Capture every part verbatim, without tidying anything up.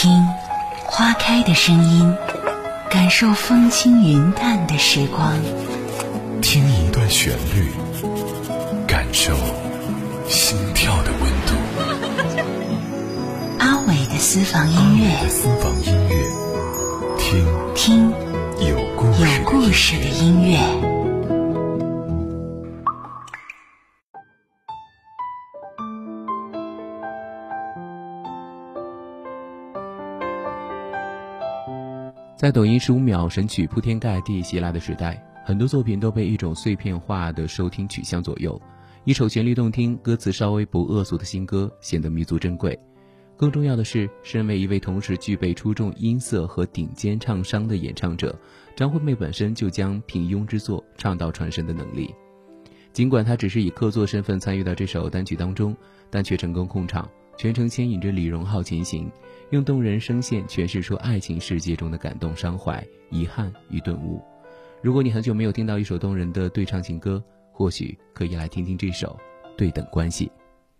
听花开的声音，感受风轻云淡的时光， 听一段旋律，感受心跳的温度。 阿伟的私房音乐， 私房音乐，听听有故事有故事的音乐。 在抖音十五秒神曲铺天盖地袭来的时代，很多作品都被一种碎片化的收听取向左右。一首旋律动听、歌词稍微不恶俗的新歌显得弥足珍贵。更重要的是，身为一位同时具备出众音色和顶尖唱商的演唱者，张惠妹本身就将平庸之作唱到传神的能力。尽管她只是以客座身份参与到这首单曲当中，但却成功控场，全程牵引着李荣浩前行，用动人声线诠释出爱情世界中的感动伤怀、遗憾与顿悟。如果你很久没有听到一首动人的对唱情歌，或许可以来听听这首《对等关系》。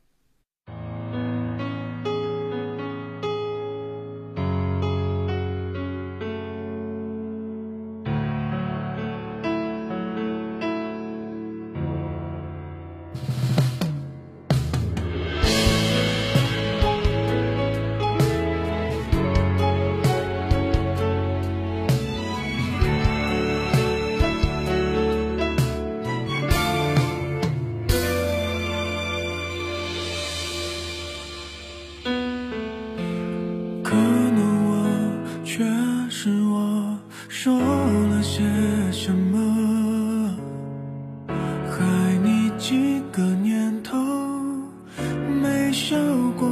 可能我却是我说了些什么，害你几个年头没笑过。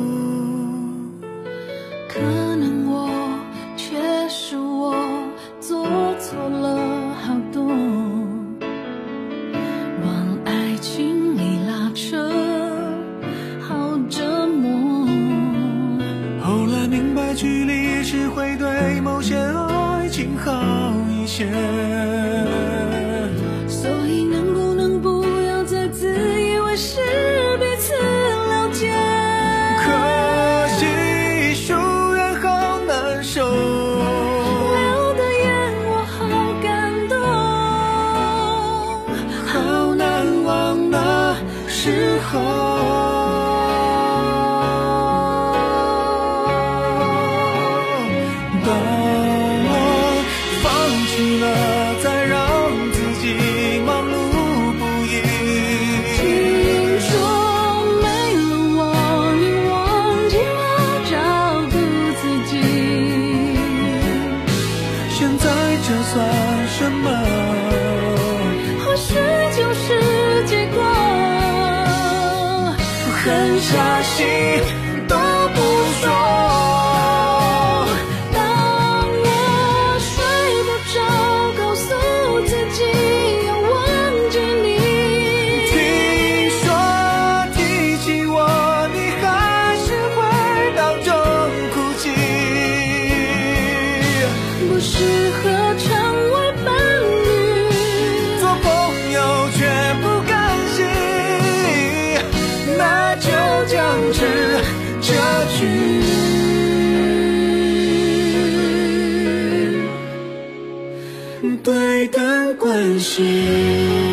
可能我却是我做错了好多，往爱情里拉扯，好折磨。 后来明白距离是会对某些爱情好一些， 所以能不能不要再自以为是彼此了解。 可惜疏远好难受， 流的眼我好感动， 好难忘的时候。这算什么？ 或许就是结果。 狠下心都不说， 当我睡不着，告诉自己要忘记你。 听说提起我，你还是会当众哭泣， 不适合这句对等关系。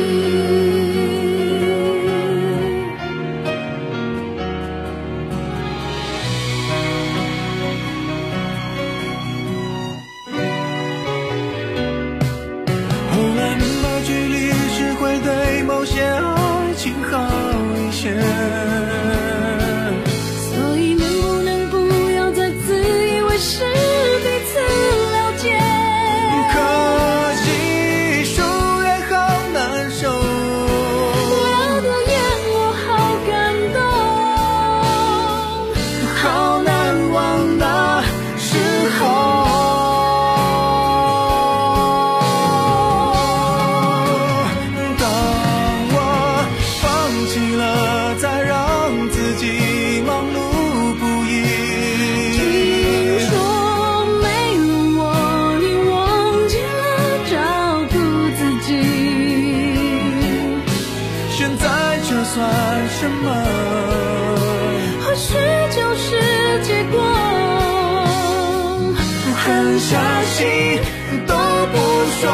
后来明白距离是会对某些爱情好一些， 是彼此了解。 可惜疏远好难受， 流的眼我好感动， 好难忘的时候。当我放弃了再让自己忙碌不已，算什么？ 或许就是结果。 狠下心都不说。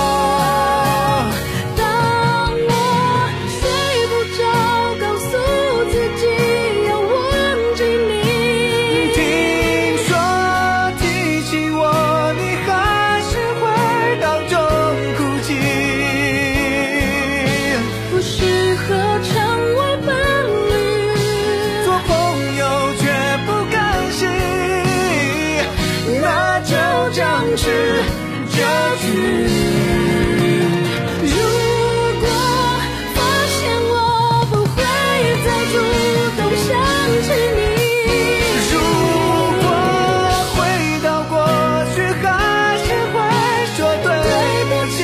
当我睡不着，告诉自己要忘记你。 听说提起我，你还是会当众哭泣。 不适合成为伴侣， 做朋友却不甘心，那就将是结局。 如果发现我不会再主动想起你， 如果回到过去，还是会说对不起。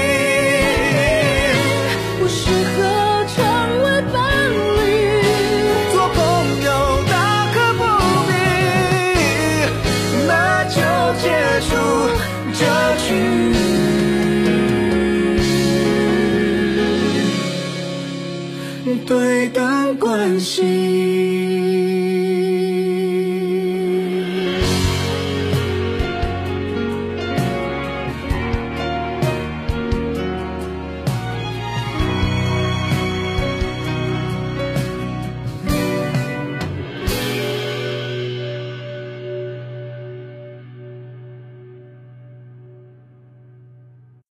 不适合成为伴侣， 做朋友大可不必，那就结束这局。对等关系。